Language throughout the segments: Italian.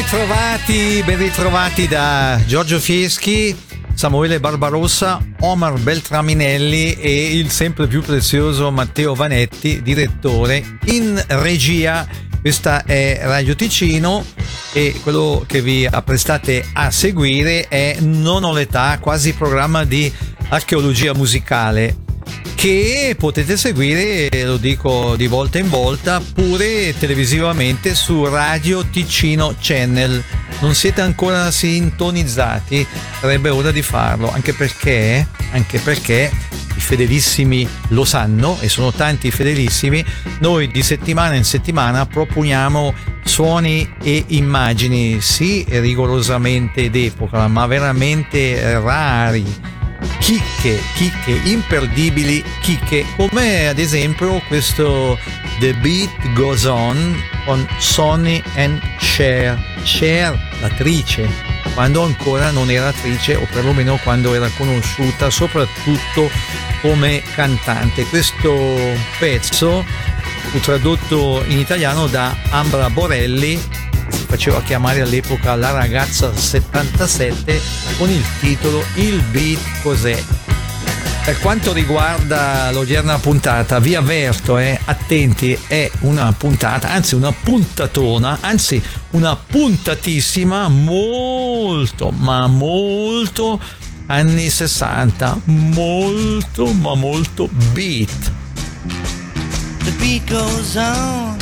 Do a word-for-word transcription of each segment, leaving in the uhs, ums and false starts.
ritrovati, ben ritrovati da Giorgio Fieschi, Samuele Barbarossa, Omar Beltraminelli e il sempre più prezioso Matteo Vanetti, direttore. In regia, questa è Radio Ticino e quello che vi apprestate a seguire è Non ho l'età, quasi programma di archeologia musicale, che potete seguire, lo dico di volta in volta, pure televisivamente su Radio Ticino Channel. Non siete ancora sintonizzati? Sarebbe ora di farlo, anche perché, anche perché i fedelissimi lo sanno, e sono tanti i fedelissimi. Noi di settimana in settimana proponiamo suoni e immagini, sì, rigorosamente d'epoca, ma veramente rari. Chicche, chicche, imperdibili chicche, come ad esempio questo The Beat Goes On con Sonny and Cher. Cher, l'attrice, quando ancora non era attrice, o perlomeno quando era conosciuta soprattutto come cantante. Questo pezzo fu tradotto in italiano da Ambra Borelli, si faceva chiamare all'epoca La ragazza settantasette, con il titolo Il beat cos'è. Per quanto riguarda l'odierna puntata, vi avverto, eh, attenti, è una puntata, anzi una puntatona, anzi una puntatissima, molto, ma molto anni sessanta, molto, ma molto beat. The beat goes on.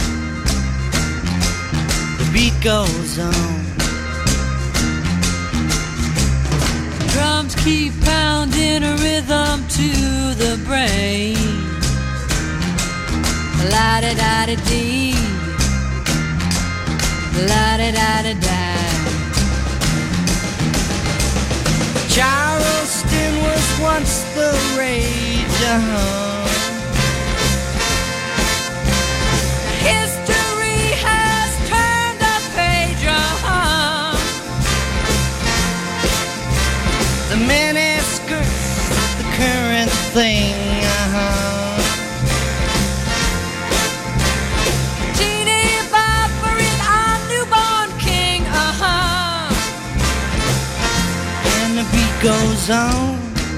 The beat goes on. Drums keep pounding a rhythm to the brain. La-da-da-da-dee, la-da-da-da-da. Charleston was once the rage, uh-huh. History has turned a page, uh-huh. The miniskirt's the current thing, uh-huh. Genie Bopper is our newborn king, uh-huh. And the beat goes on.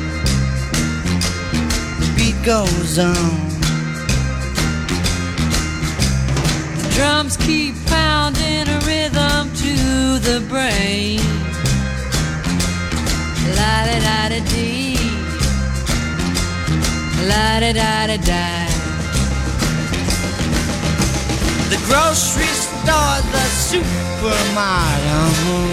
The beat goes on. The drums keep pounding a rhythm to the brain. La-da-da-da-dee, la-da-da-da-da. The grocery store, the supermarket.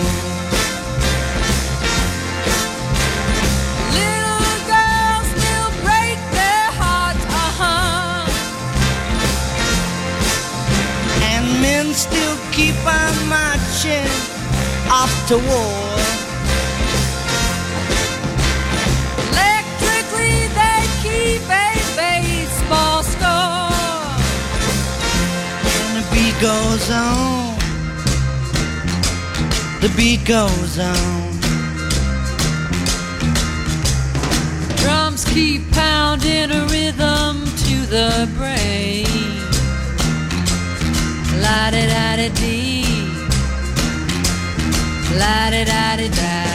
Little girls still break their hearts, uh-huh. And men still keep on marching off to war. Baseball score, and the beat goes on. The beat goes on. Drums keep pounding a rhythm to the brain. La-da-da-da-dee, la-da-da-da-da.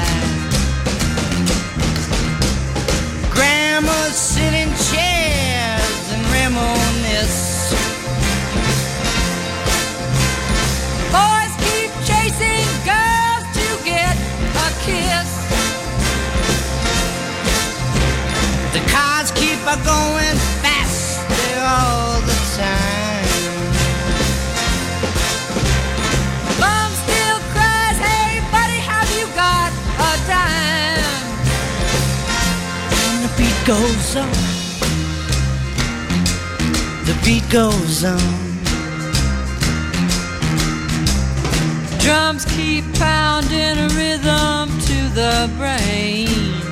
Grandma's sitting chairs and reminisce. Boys keep chasing girls to get a kiss. The cars keep a going faster all the time. Mom still cries, hey buddy, have you got a dime? The beat goes on. The beat goes on. Drums keep pounding a rhythm to the brain.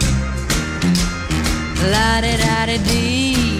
La-da-da-da-dee,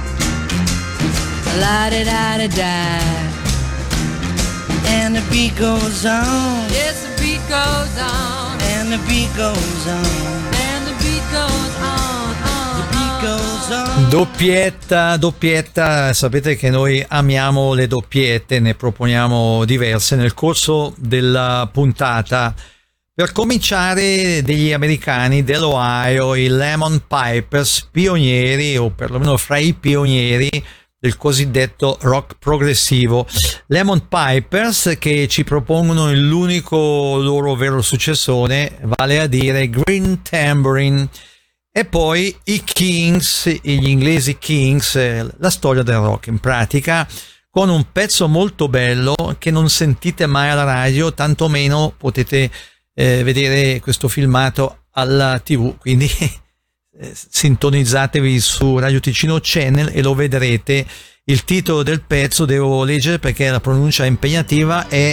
la-da-da-da-da. And the beat goes on. Yes, the beat goes on. And the beat goes on. And the beat goes on. The beat Doppietta, doppietta, sapete che noi amiamo le doppiette, ne proponiamo diverse nel corso della puntata. Per cominciare, degli americani dell'Ohio, i Lemon Pipers, pionieri o perlomeno fra i pionieri del cosiddetto rock progressivo. Lemon Pipers che ci propongono l'unico loro vero successone, vale a dire Green Tambourine. E poi i Kings, gli inglesi Kings, la storia del rock in pratica, con un pezzo molto bello che non sentite mai alla radio, tantomeno potete eh, vedere questo filmato alla tivù, quindi eh, sintonizzatevi su Radio Ticino Channel e lo vedrete. Il titolo del pezzo devo leggere perché la pronuncia è impegnativa, è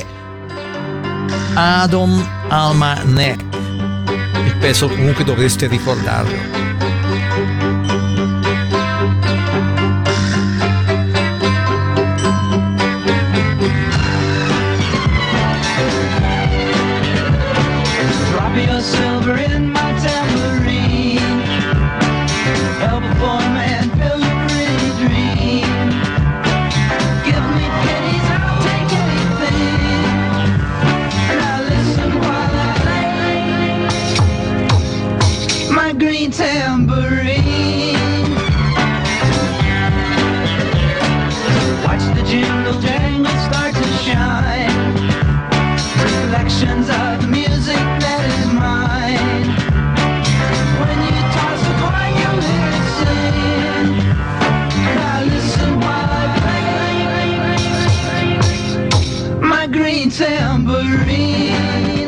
Adam Almanac. Il pezzo comunque dovreste ricordarlo. Silver in my tambourine, help a poor man build a pretty dream. Give me pennies, I'll take anything. Now listen while I play my green tambourine. Watch the jingle jangle start to shine, reflections of the music that is mine. When you toss a coin, you'll hear it sing. Now listen while I play my green tambourine.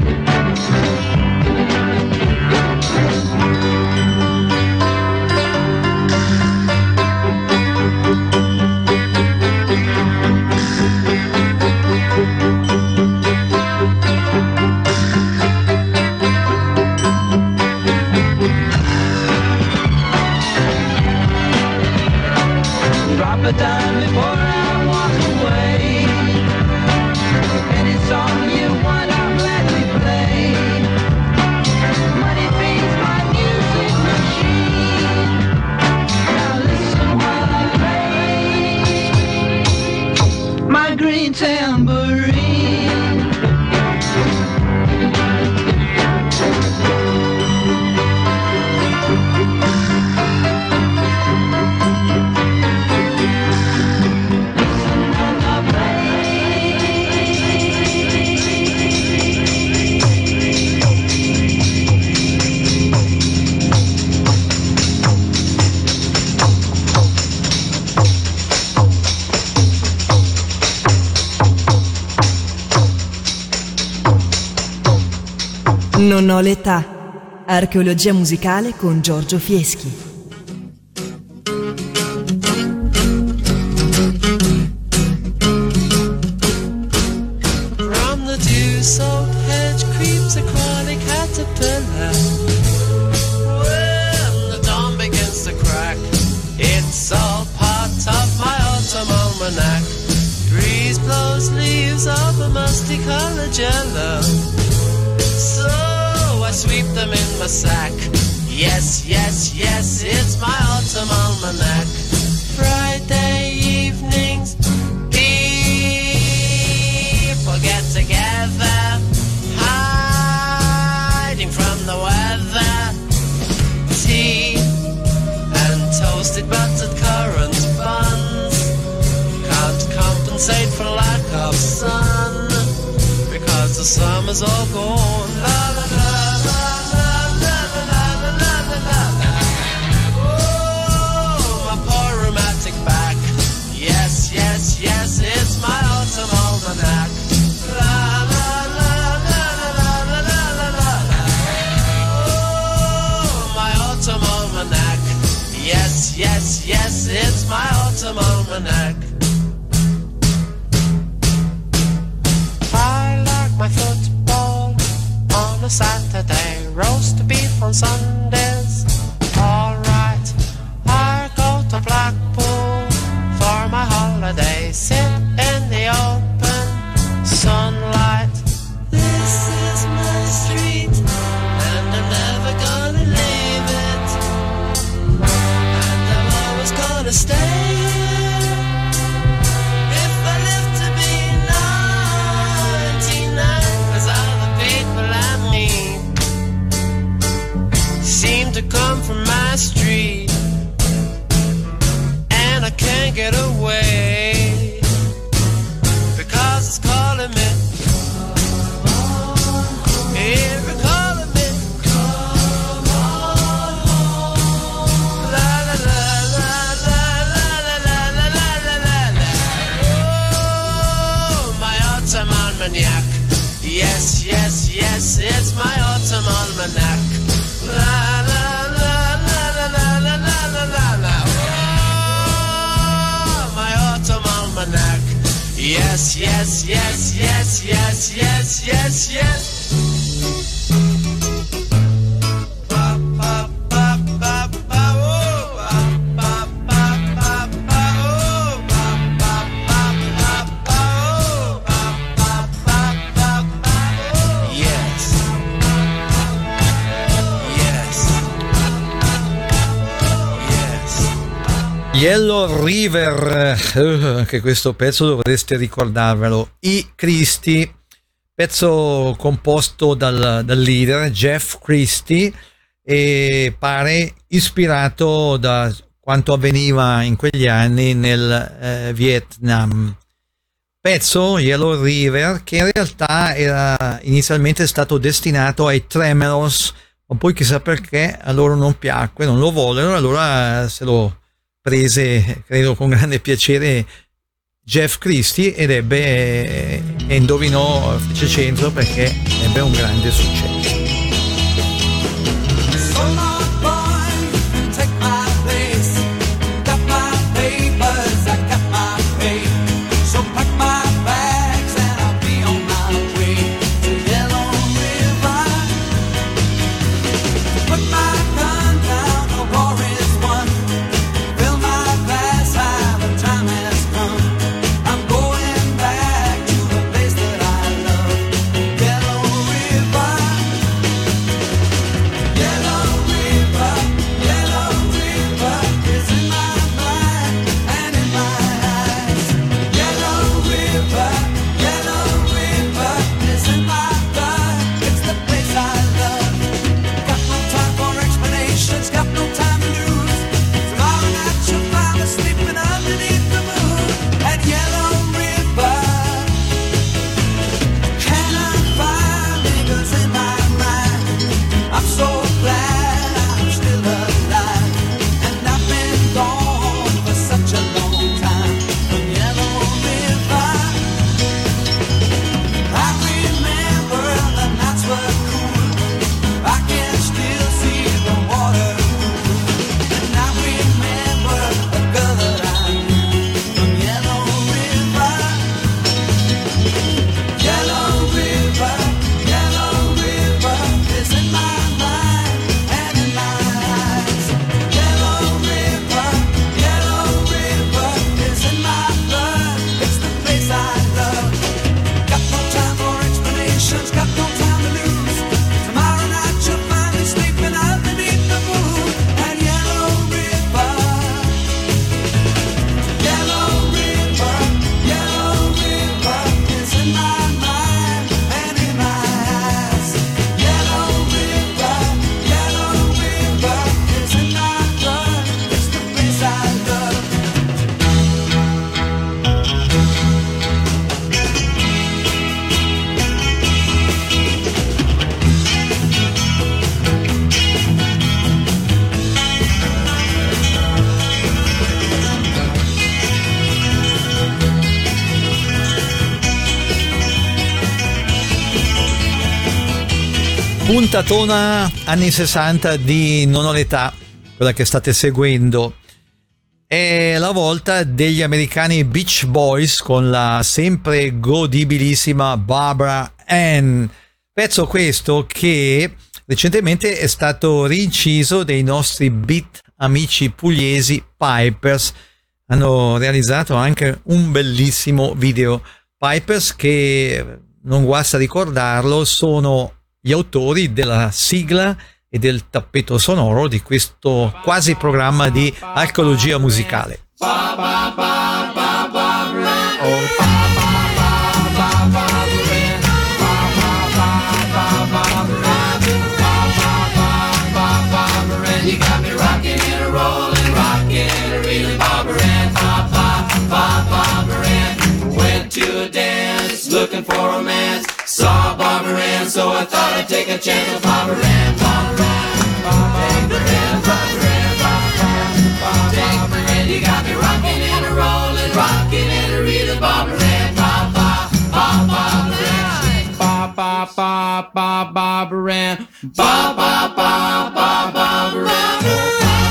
A dime before I walk away. Any song you want, I'll gladly play. Money feeds my music machine. Now listen while I play my green tambourine. Non ho l'età. Archeologia musicale con Giorgio Fieschi. From the dew-soaked hedge creeps a crawling caterpillar. When the dawn begins to crack, it's all part of my autumn almanac. Breeze blows leaves of a musty colored jello. So I sweep them in my sack. Yes, yes, yes, it's my autumn almanac. Friday evenings, people get together, hiding from the weather. Tea and toasted buttered currant buns can't compensate for lack of sun, because the summer's all gone. La la la la la la la la la la la. Oh, my poor rheumatic back. Yes, yes, yes, it's my autumn almanac. La la la la la la la la la la. Oh, my autumn almanac. Yes, yes, yes, it's my autumn almanac. My football on a Saturday, roast beef on Sundays. All right, I go to Blackpool for my holiday. Sit in the open sunlight. This is my street, and I'm never gonna leave it. to come from my street, and I can't get away because it's calling me. Every calling me. Come on home. La la la la la la la la la la la la. Oh, my autumn almanac. Yes, yes, yes, it's my autumn almanac. La la la la la la la la la la. Oh, my autumn almanac. Yes, yes, yes, yes, yes, yes, yes, yes. Yellow River, uh, anche questo pezzo dovreste ricordarvelo. I Christie, pezzo composto dal, dal leader Jeff Christie e pare ispirato da quanto avveniva in quegli anni nel eh, Vietnam. Pezzo Yellow River che in realtà era inizialmente stato destinato ai Tremelos, ma poi chissà perché a loro non piacque, non lo vollero, allora se lo prese, credo con grande piacere, Jeff Christie ed ebbe e indovinò, fece centro perché ebbe un grande successo. Puntatona anni sessanta di Non ho l'età, quella che state seguendo. È la volta degli americani Beach Boys con la sempre godibilissima Barbara Ann. Pezzo questo che recentemente è stato rinciso dai nostri beat amici pugliesi Pipers. Hanno realizzato anche un bellissimo video. Pipers, che non guasta ricordarlo, sono gli autori della sigla e del tappeto sonoro di questo quasi programma di archeologia musicale. I thought I'd take a chance with Barbara Ann, Barbara Ann, Barbara Ann, Barbara Ann, Barbara Ann. You got me rocking and a rolling, rocking and a reeling, Barbara Ann, Barbara, Barbara Ann, Barbara, Barbara, Barbara Ann, Barbara, Barbara, Barbara Ann.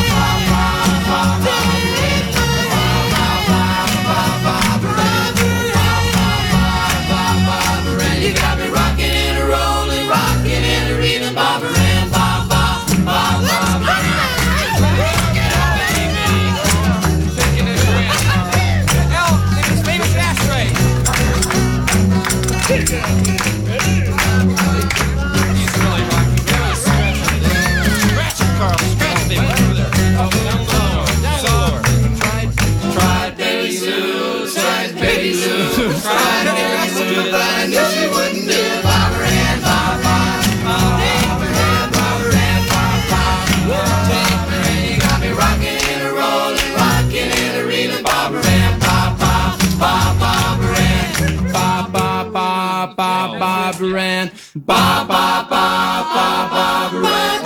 Barbara Ann, ba ba ba ba Barbara Ann,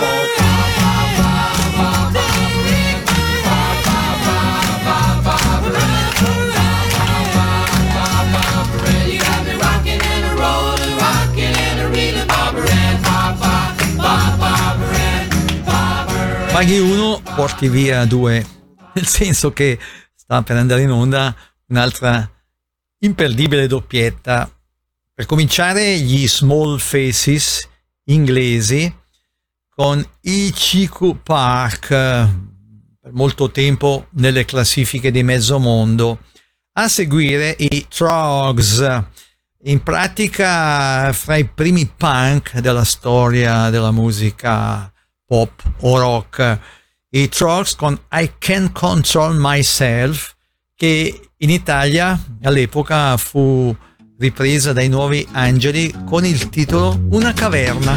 you got me rocking and a rolling, rocking and a reeling, Barbara Ann, ba ba ba Barbara Ann, Barbara Ann. Paghi uno, porti via due, nel senso che sta per andare in onda un'altra imperdibile doppietta. Per cominciare, gli Small Faces inglesi con I C Q Park, per molto tempo nelle classifiche di mezzo mondo. A seguire i Troggs, in pratica fra i primi punk della storia della musica pop o rock. I Troggs con I Can't Control Myself, che in Italia all'epoca fu ripresa dai Nuovi Angeli con il titolo Una caverna.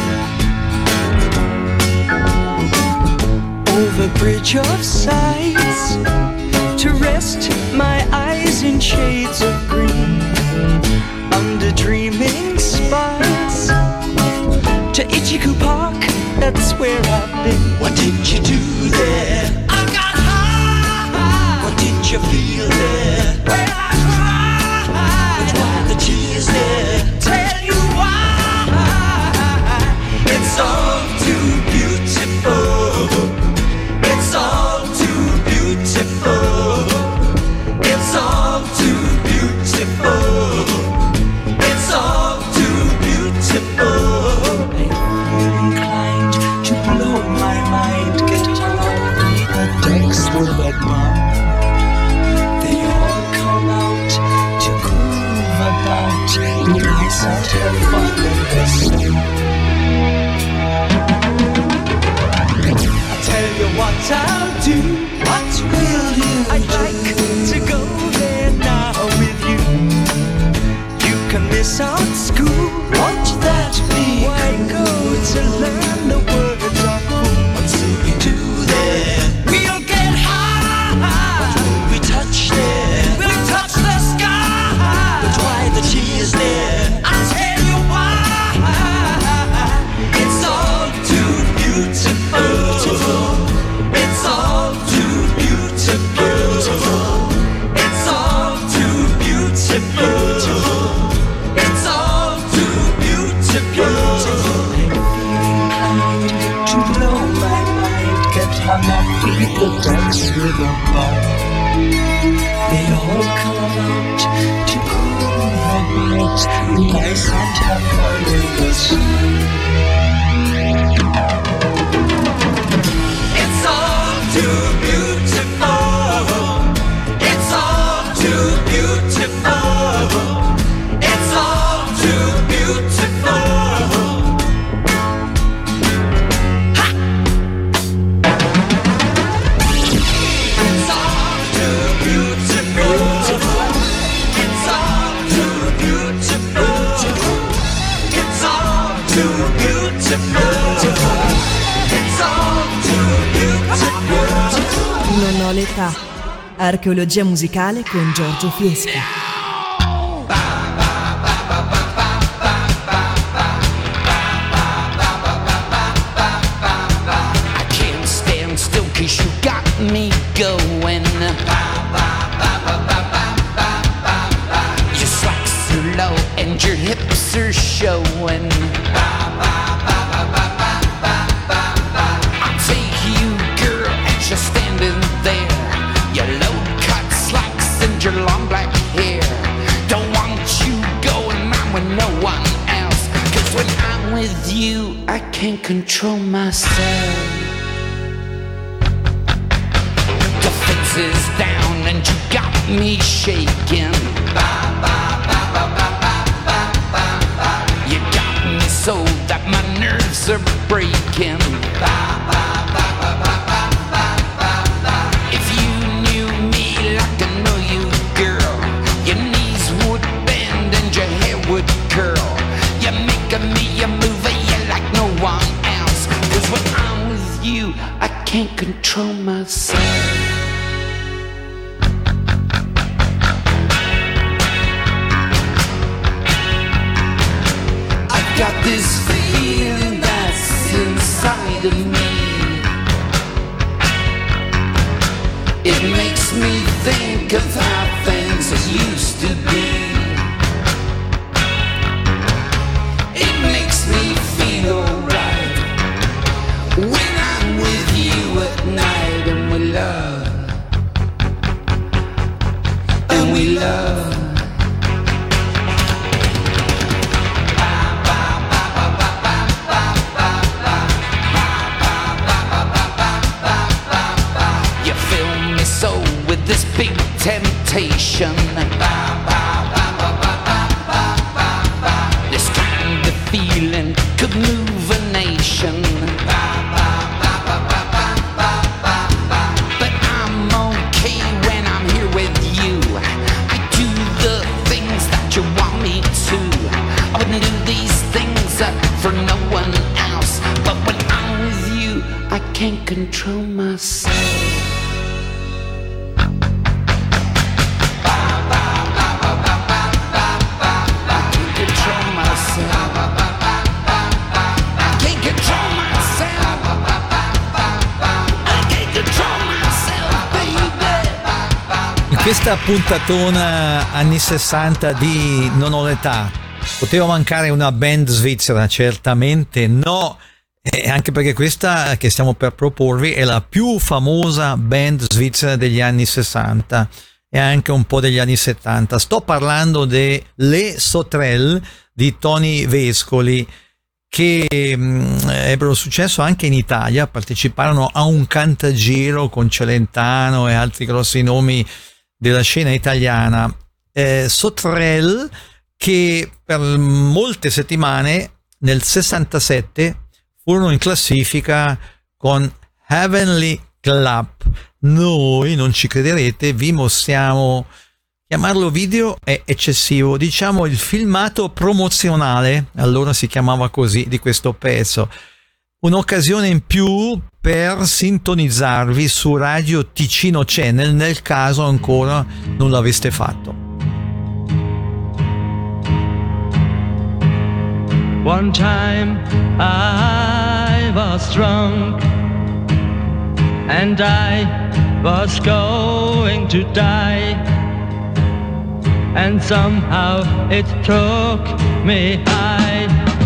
Over bridge of sights to rest my eyes in shades of green, under dreaming spires to Ichiku Park, that's where I've been. What did you do there? I got high. What did you feel there? Well, I cried. Which why the tears there? Tell you why. It's all too beautiful. It's all too beautiful. It's all too beautiful. It's all too beautiful. I'm inclined to blow my mind, get along the decks full of mom. They all come out to groove about, and I sat here following this. I'll tell you what I'll do. What will you I'd do? Like to go there now with you. You can miss out school. Won't that be? Why go to learn the words of who? What will we do there? We'll get high. What will we touch there? We'll touch the sky. But why the tears there? I'll tell you why. It's all too beautiful. It's all too beautiful. It's all too beautiful. It's all too beautiful. I'm inclined to blow my mind, get hung up with the dance with a ball. They all come out to groove about, and I sat have fun in the sun. It's all too beautiful. It's all too beautiful. It's all too beautiful. Ha! It's all too beautiful. It's all too beautiful. It's all too beautiful. It's all too beautiful. Non ho l'età. Archeologia musicale con Giorgio Fieschi. can't control myself. The fence is down and you got me shaking. You got me so that my nerves are breaking. If you knew me like I know you, girl, your knees would bend and your hair would curl. You're making me a movie you like no one else. 'Cause when I'm with you, I can't control myself. I've got this feeling that's inside of me. It makes me think of how things used to be. It makes me feel alright when I'm with you at night, and we love, and we love. You fill me so with this big temptation. This kind of feeling could move a nation. But I'm okay when I'm here with you. I do the things that you want me to. I wouldn't do these things uh, for no one else. But when I'm with you, I can't control myself. Questa puntatona anni sessanta di Non ho l'età, poteva mancare una band svizzera? Certamente no, e anche perché questa che stiamo per proporvi è la più famosa band svizzera degli anni sessanta e anche un po' degli anni settanta. Sto parlando delle Sauterelles di Tony Vescoli, che mh, ebbero successo anche in Italia, parteciparono a un cantagiro con Celentano e altri grossi nomi della scena italiana. eh, Sauterelles che per molte settimane nel sessantasette furono in classifica con Heavenly Clap. Noi, non ci crederete, vi mostriamo, chiamarlo video è eccessivo, diciamo il filmato promozionale, allora si chiamava così, di questo pezzo. Un'occasione in più per sintonizzarvi su Radio Ticino Channel nel caso ancora non l'aveste fatto. One time I was drunk and I was going to die, and somehow it took me high.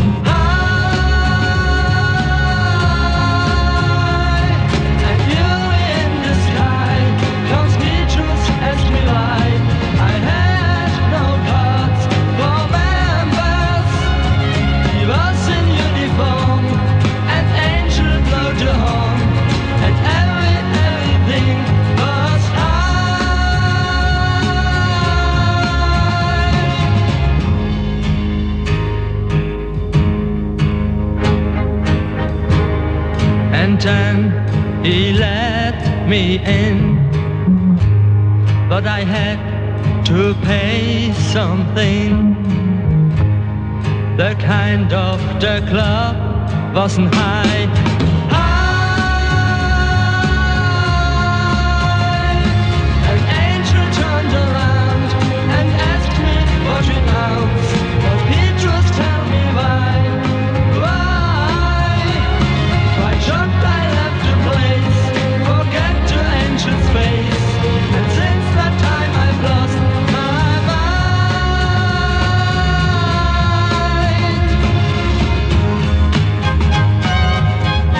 And then he let me in, but I had to pay something. The kind of the club wasn't high. High. An angel turned around and asked me what it ounce. But Petrus, tell me why. Shocked I left the place, forget to ancient space, and since that time I've lost my mind.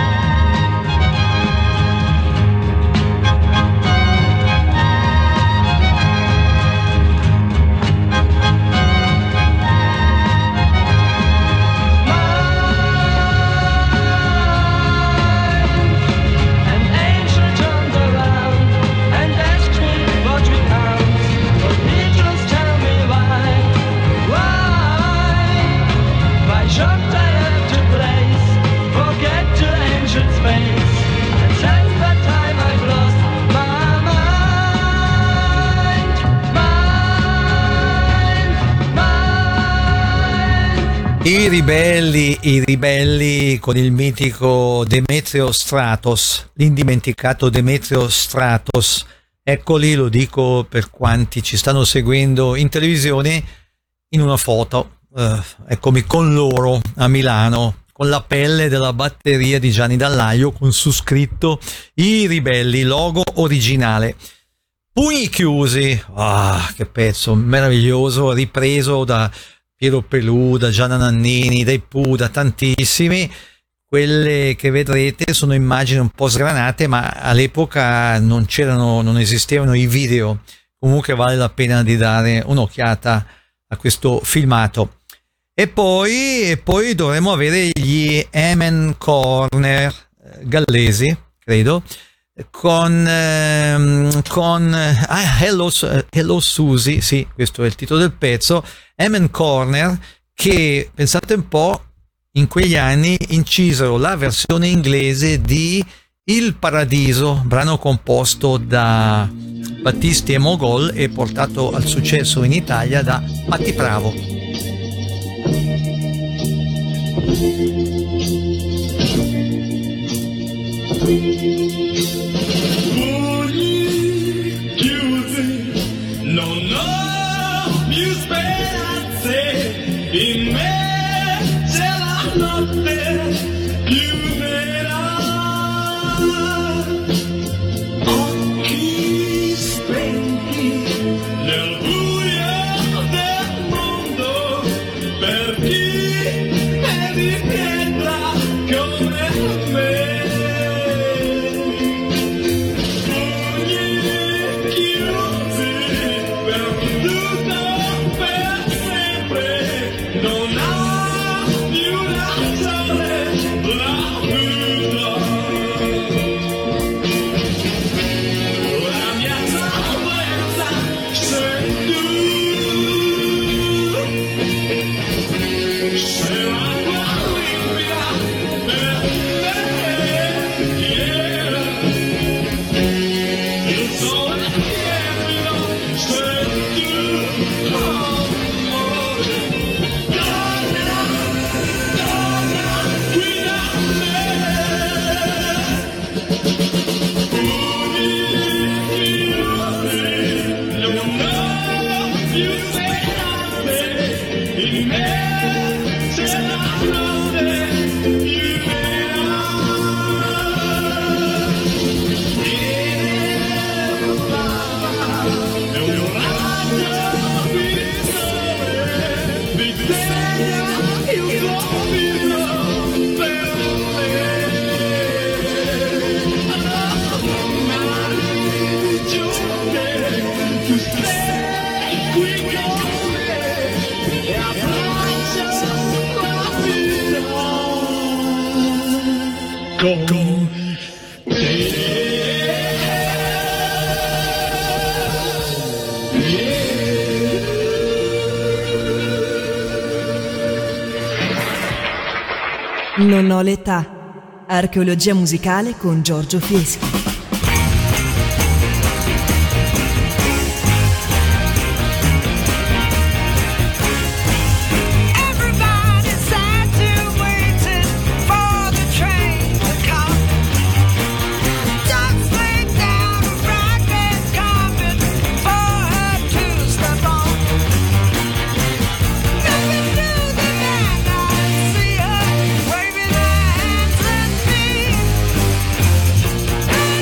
I ribelli, i ribelli con il mitico Demetrio Stratos, l'indimenticato Demetrio Stratos. Eccoli, lo dico per quanti ci stanno seguendo in televisione, in una foto. Uh, eccomi con loro a Milano, con la pelle della batteria di Gianni Dallaio, con su scritto I ribelli, logo originale. Pugni chiusi, ah, che pezzo meraviglioso, ripreso da Piero Pelù, da Gianna Nannini, dai Pooh, da tantissimi. Quelle che vedrete sono immagini un po' sgranate, ma all'epoca non c'erano, non esistevano i video. Comunque vale la pena di dare un'occhiata a questo filmato. E poi, e poi dovremo avere gli Amen Corner gallesi, credo, con, ehm, con ah, Hello, Hello Susie, sì, questo è il titolo del pezzo. Amen Corner, che pensate un po', in quegli anni incisero la versione inglese di Il Paradiso, brano composto da Battisti e Mogol e portato al successo in Italia da Patti Bravo. Non ho più speranze in me, c'è la notte più nera, occhi spenti nel buio del mondo, per chi è di pietra come me. Non ho l'età. Archeologia musicale con Giorgio Fieschi. Waving her hands at me.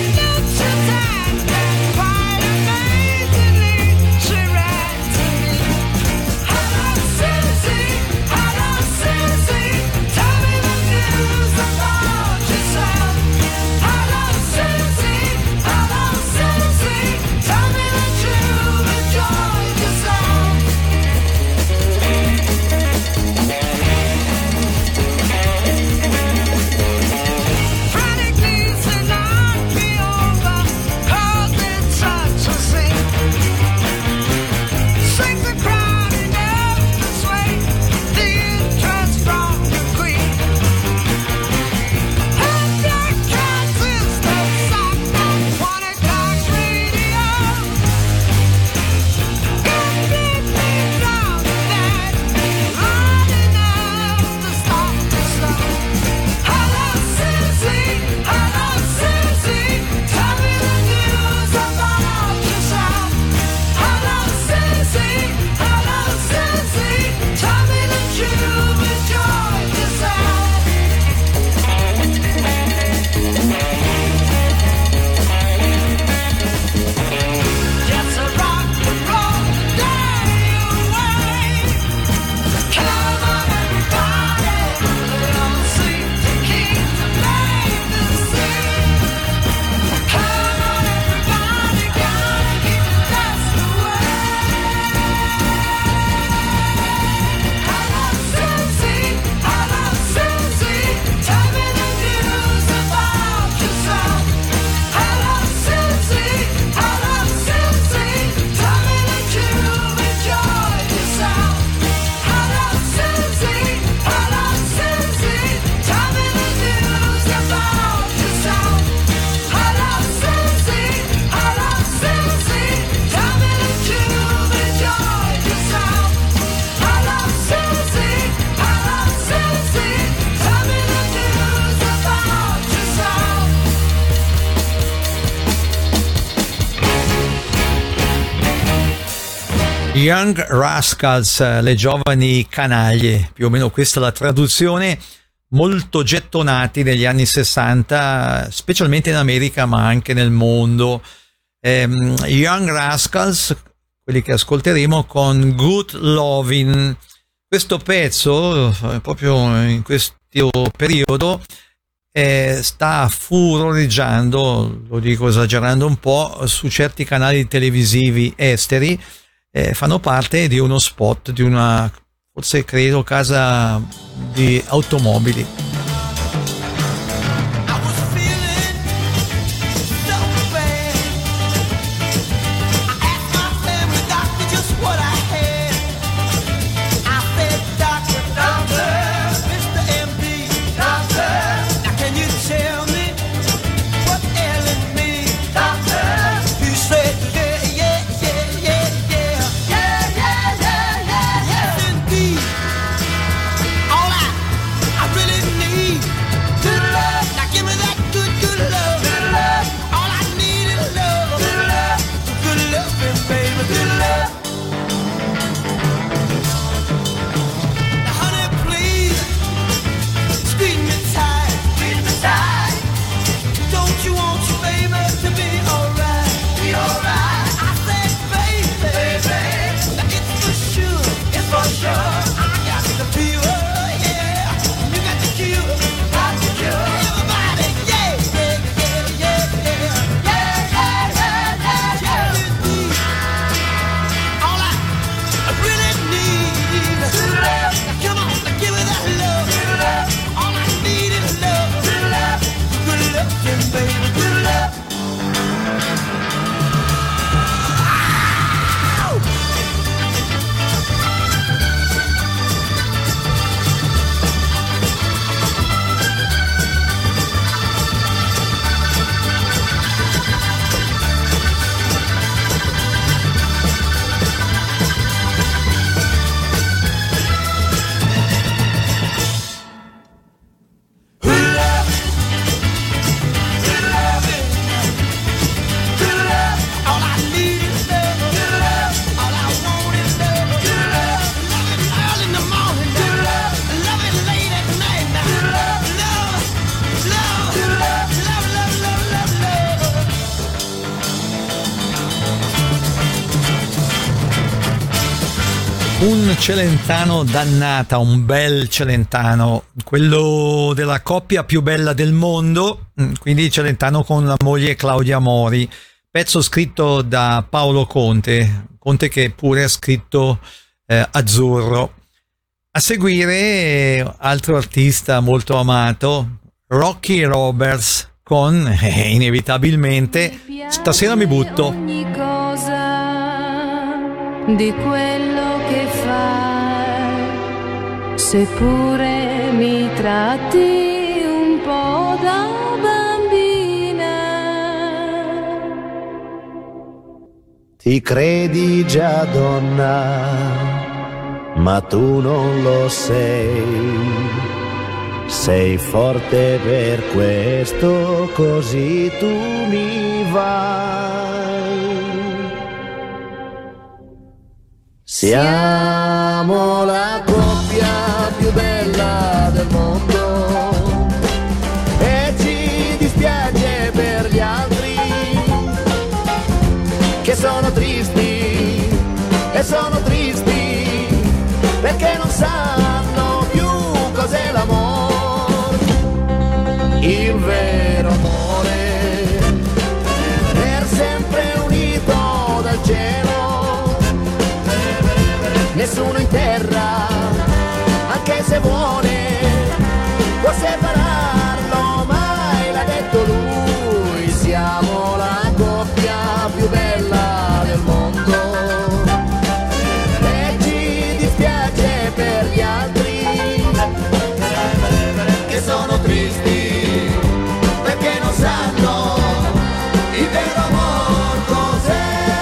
Young Rascals, le giovani canaglie, più o meno questa è la traduzione, molto gettonati negli anni sessanta, specialmente in America ma anche nel mondo. Um, Young Rascals, quelli che ascolteremo con Good Lovin'. Questo pezzo, proprio in questo periodo, eh, sta furoreggiando, lo dico esagerando un po', su certi canali televisivi esteri. Eh, fanno parte di uno spot di una, forse credo, casa di automobili. Un Celentano dannata, un bel Celentano, quello della coppia più bella del mondo, quindi Celentano con la moglie Claudia Mori, pezzo scritto da Paolo Conte, Conte che pure ha scritto eh, Azzurro. A seguire altro artista molto amato, Rocky Roberts con eh, inevitabilmente Stasera mi butto. Ogni cosa di quello che fai, seppure mi tratti un po' da bambina. Ti credi già donna, ma tu non lo sei. Sei forte per questo, così tu mi vai. Siamo la coppia più bella del mondo e ci dispiace per gli altri che sono tristi e sono tristi perché non sanno più cos'è l'amore, il vero amore, per sempre unito dal cielo. Nessuno in terra, anche se vuole, può separarlo, mai l'ha detto lui. Siamo la coppia più bella del mondo e ci dispiace per gli altri che sono tristi perché non sanno il vero amor cos'è.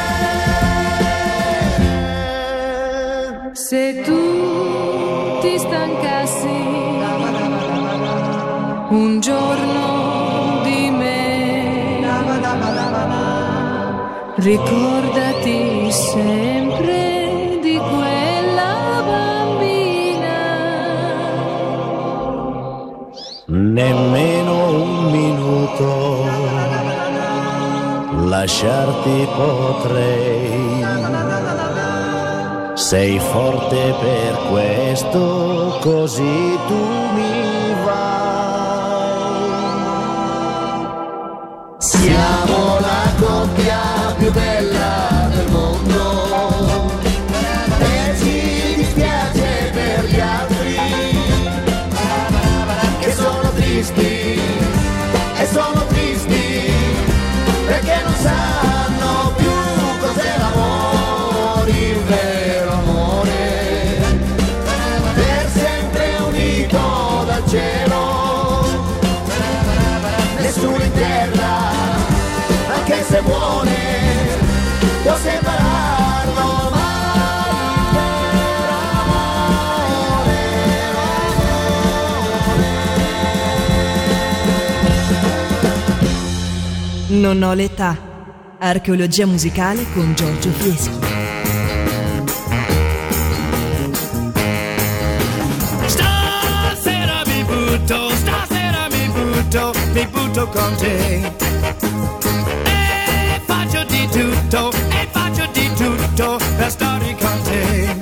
Se tu ti stancassi un giorno di me, ricordati sempre voluto, lasciarti potrei. Sei forte per questo, così tu mi vai. Siamo la coppia più bella del mondo e ci dispiace per gli altri che sono tristi e sono tristi perché non sanno più cos'è l'amore, il vero amore, per sempre unito dal cielo, nessuno in terra, anche se vuole, può separarlo mai, il vero amore, Non ho l'età. Archeologia musicale con Giorgio Fieschi. Stasera mi butto, stasera mi butto, mi butto con te. E faccio di tutto, e faccio di tutto per stare con te.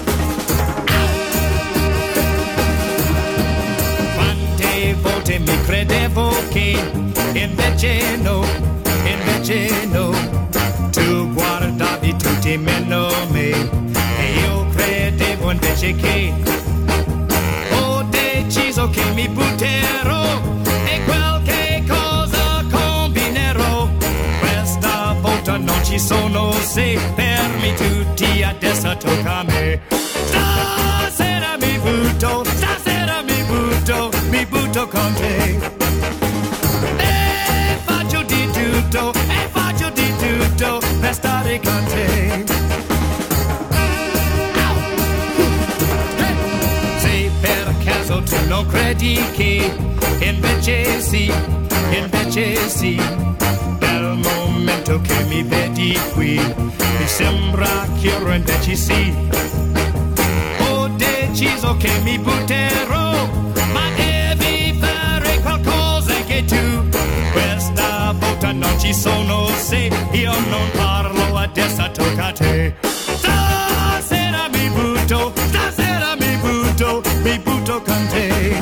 Quante volte mi credevo che invece no, invece no, tu guardavi tutti meno me e io credevo invece che ho deciso che mi butterò e qualche cosa combinerò. Questa volta non ci sono se, fermi tutti, adesso tocca a me. Stasera mi butto, stasera mi butto, mi butto con te. E faccio di tutto per stare con te. Se per caso tu non credi che invece sì, invece sì, dal momento che mi vedi qui mi sembra che ora invece sì, ho deciso che mi butterò, ma devi fare qualcosa che tu. Questa volta non ci sono se, io non parlo, adesso tocca a te. Stasera mi butto, stasera mi butto, mi butto con te.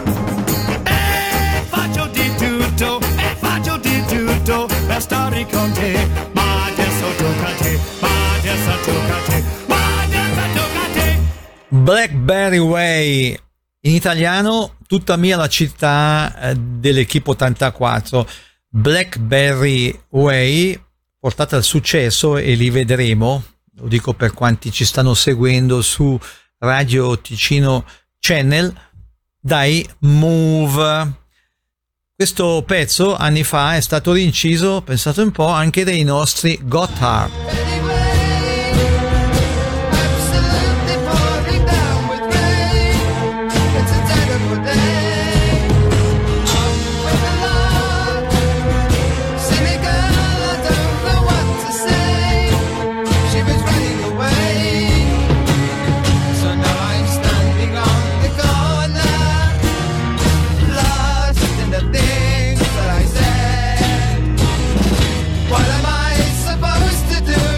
E faccio di tutto, e faccio di tutto per stare con te. Ma adesso tocca a te, ma adesso tocca a te, ma adesso tocca a te. Blackberry Way, in italiano Tutta mia la città dell'Equipe ottantaquattro. Blackberry Way, portata al successo, e li vedremo, lo dico per quanti ci stanno seguendo su Radio Ticino Channel, dai Move. Questo pezzo anni fa è stato rinciso, pensate un po', anche dai nostri Gotthard. What am I supposed to do?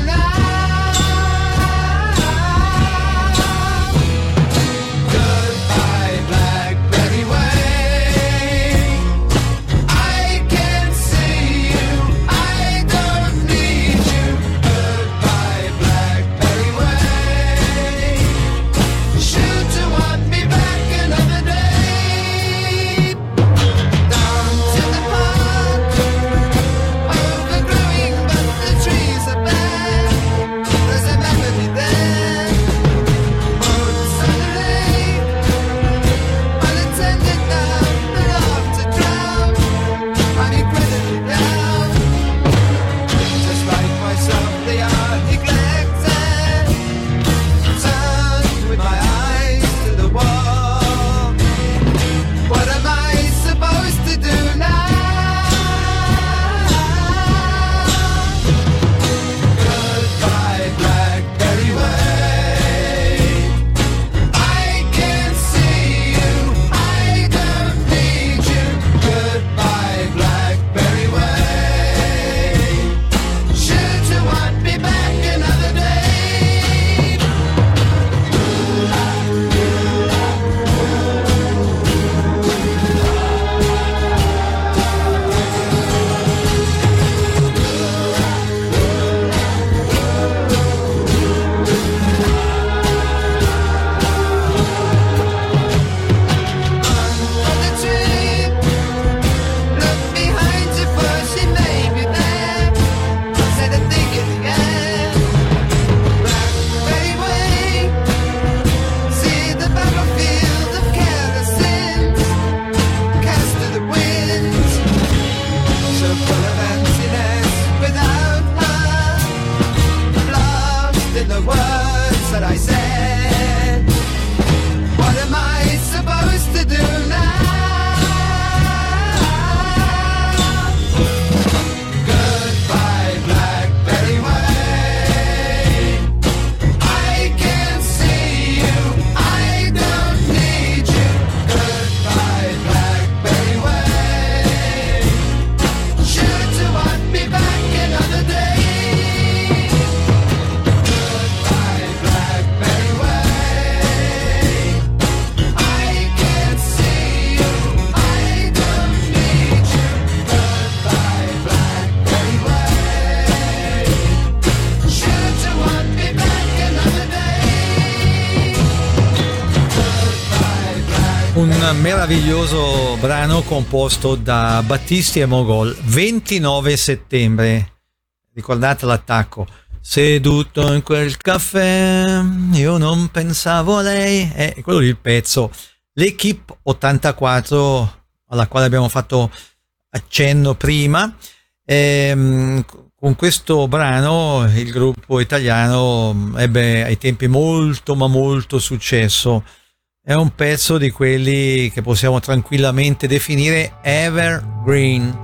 un meraviglioso brano composto da Battisti e Mogol. Ventinove settembre, ricordate l'attacco. Seduto in quel caffè, io non pensavo a lei. È quello lì il pezzo. L'Equipe ottantaquattro, alla quale abbiamo fatto accenno prima. Ehm, con questo brano il gruppo italiano ebbe ai tempi molto ma molto successo. È un pezzo di quelli che possiamo tranquillamente definire evergreen.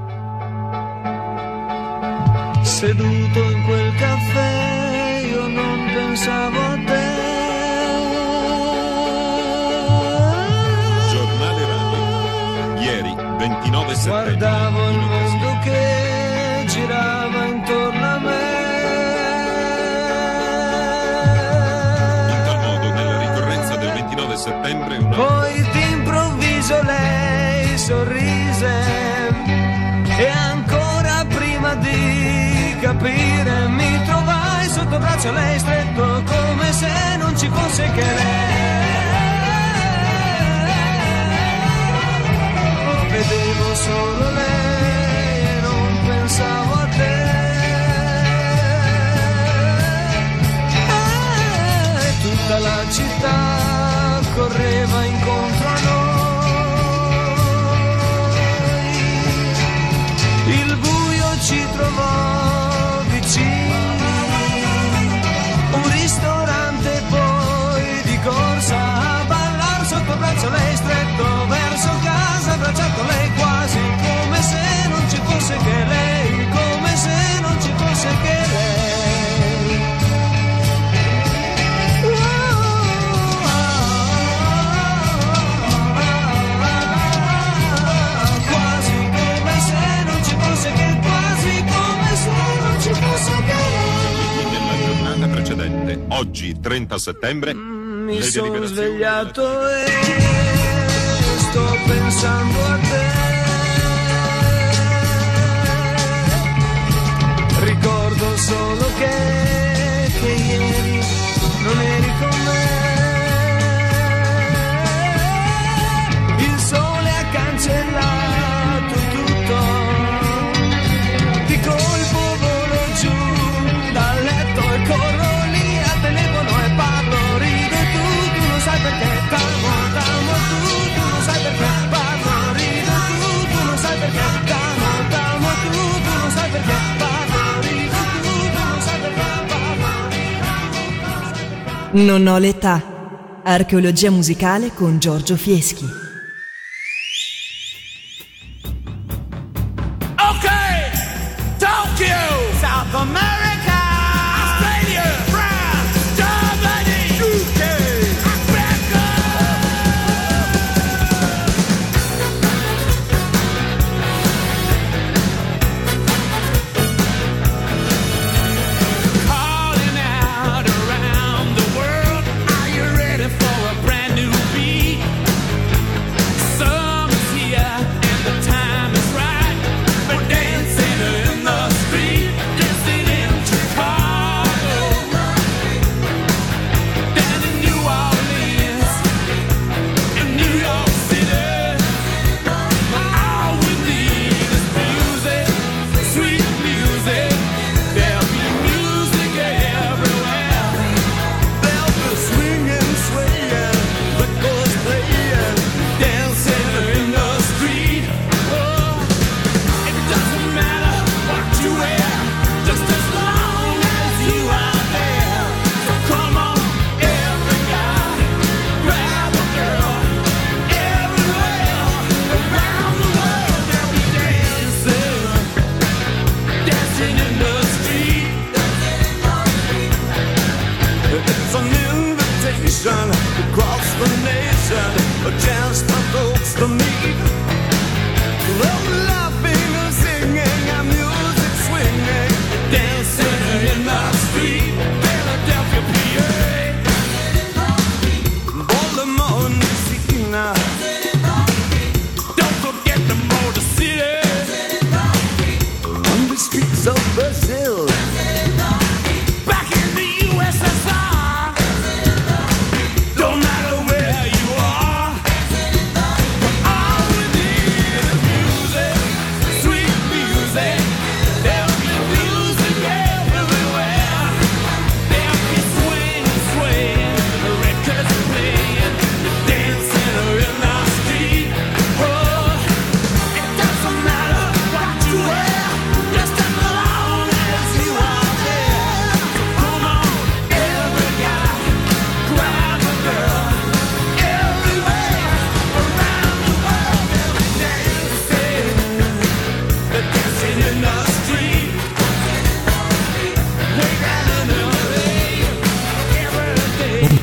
Seduto in quel caffè io non pensavo a te. Giornale radio. Ieri, ventinove settembre. Guardavo il mondo che girava intorno a me. In tal modo, nella ricorrenza del ventinove settembre, una... Poi d'improvviso lei sorrise e ancora prima di capire mi trovai sotto braccio lei stretto come se non ci fosse che lei. Vedevo solo lei e non pensavo a te. E tutta la città correva incontro a noi. Il buio ci trovò vicini, un ristorante poi di corsa a ballar sotto braccio lei stretto verso casa, abbracciato lei quasi come se non ci fosse che lei, come se non ci fosse che lei. Quasi come se non ci fosse che, quasi come se non ci fosse che lei. Nella giornata precedente, oggi trenta settembre, Mi le sono deliberazioni svegliato e sto pensando a te. Ricordo solo che, che ieri non eri con me. Il sole ha cancellato tutto, di colpo volo giù dal letto e corro lì al telefono e parlo, rido e tu, tu non sai perché, t'amo, t'amo tu, tu non sai perché, parlo, rido tu, tu non sai perché, t'amo, t'amo tu, tu non sai perché, parlo, rido tu, tu non sai perché, parlo, rido tu, tu non sai perché. Non ho l'età. Archeologia musicale con Giorgio Fieschi. Okay, Tokyo, South America, Australia, France, Germany, U K, America. Calling out around the world, are you ready for a brand new beat? Summer's here and the time is right. We're dancing in the street, dancing in Chicago, down in New Orleans, in New York City. All we need is music, sweet music. There'll be music everywhere. There'll be swinging, swaying, records playing, dancing in the street. Oh, it doesn't matter what you wear, just as long as you are there. So come on, every guy, grab a girl. Everywhere around the world they'll be dancing, dancing in the street. It's an invitation across the nation, a chance for folks to meet. Love laughing and singing and music swinging, dancing in the street. Philadelphia, P A, Baltimore, Louisiana. Don't forget the Motor City, on the streets of Brazil, back in the U S S R. Don't matter where you are,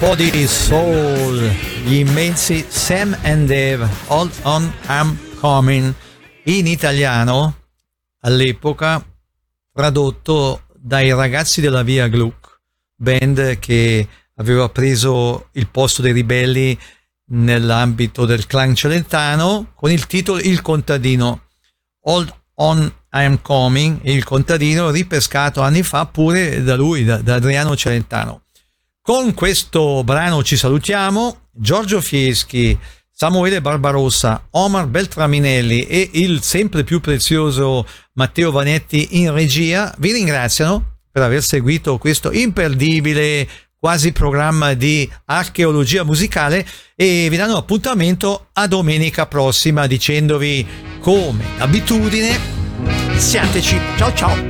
po' di soul, gli immensi Sam and Dave, Hold On I'm Coming, in italiano all'epoca tradotto dai ragazzi della Via Gluck, band che aveva preso il posto dei Ribelli nell'ambito del clan celentano, con il titolo Il Contadino. Hold On I'm Coming, il contadino, ripescato anni fa pure da lui, da, da Adriano Celentano. Con questo brano ci salutiamo. Giorgio Fieschi, Samuele Barbarossa, Omar Beltraminelli e il sempre più prezioso Matteo Vanetti in regia vi ringraziano per aver seguito questo imperdibile quasi programma di archeologia musicale e vi danno appuntamento a domenica prossima dicendovi, come abitudine, siateci. Ciao ciao.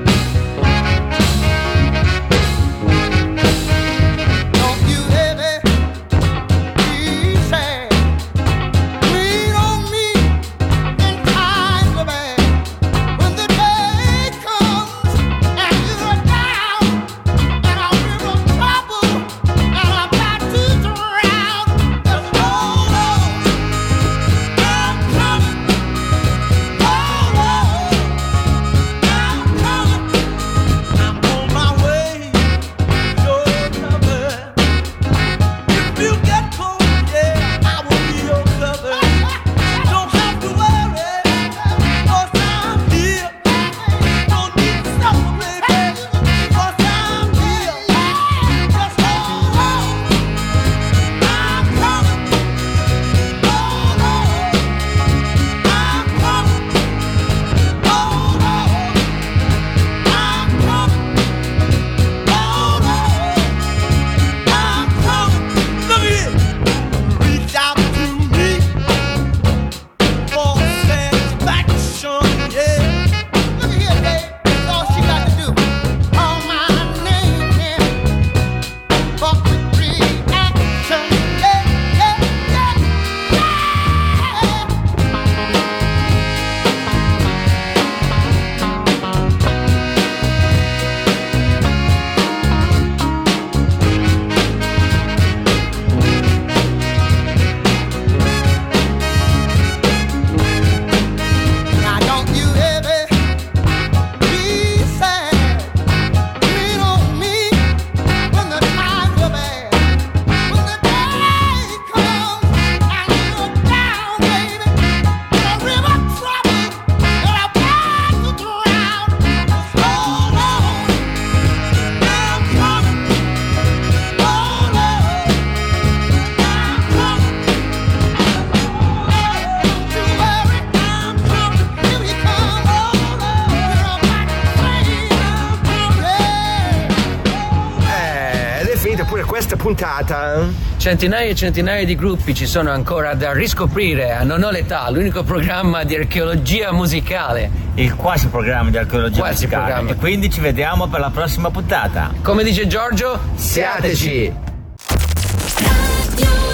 Puntata. Centinaia e centinaia di gruppi ci sono ancora da riscoprire a Non ho l'età, l'unico programma di archeologia musicale. Il quasi programma di archeologia quasi musicale. Programma. E quindi ci vediamo per la prossima puntata. Come dice Giorgio, siateci! Radio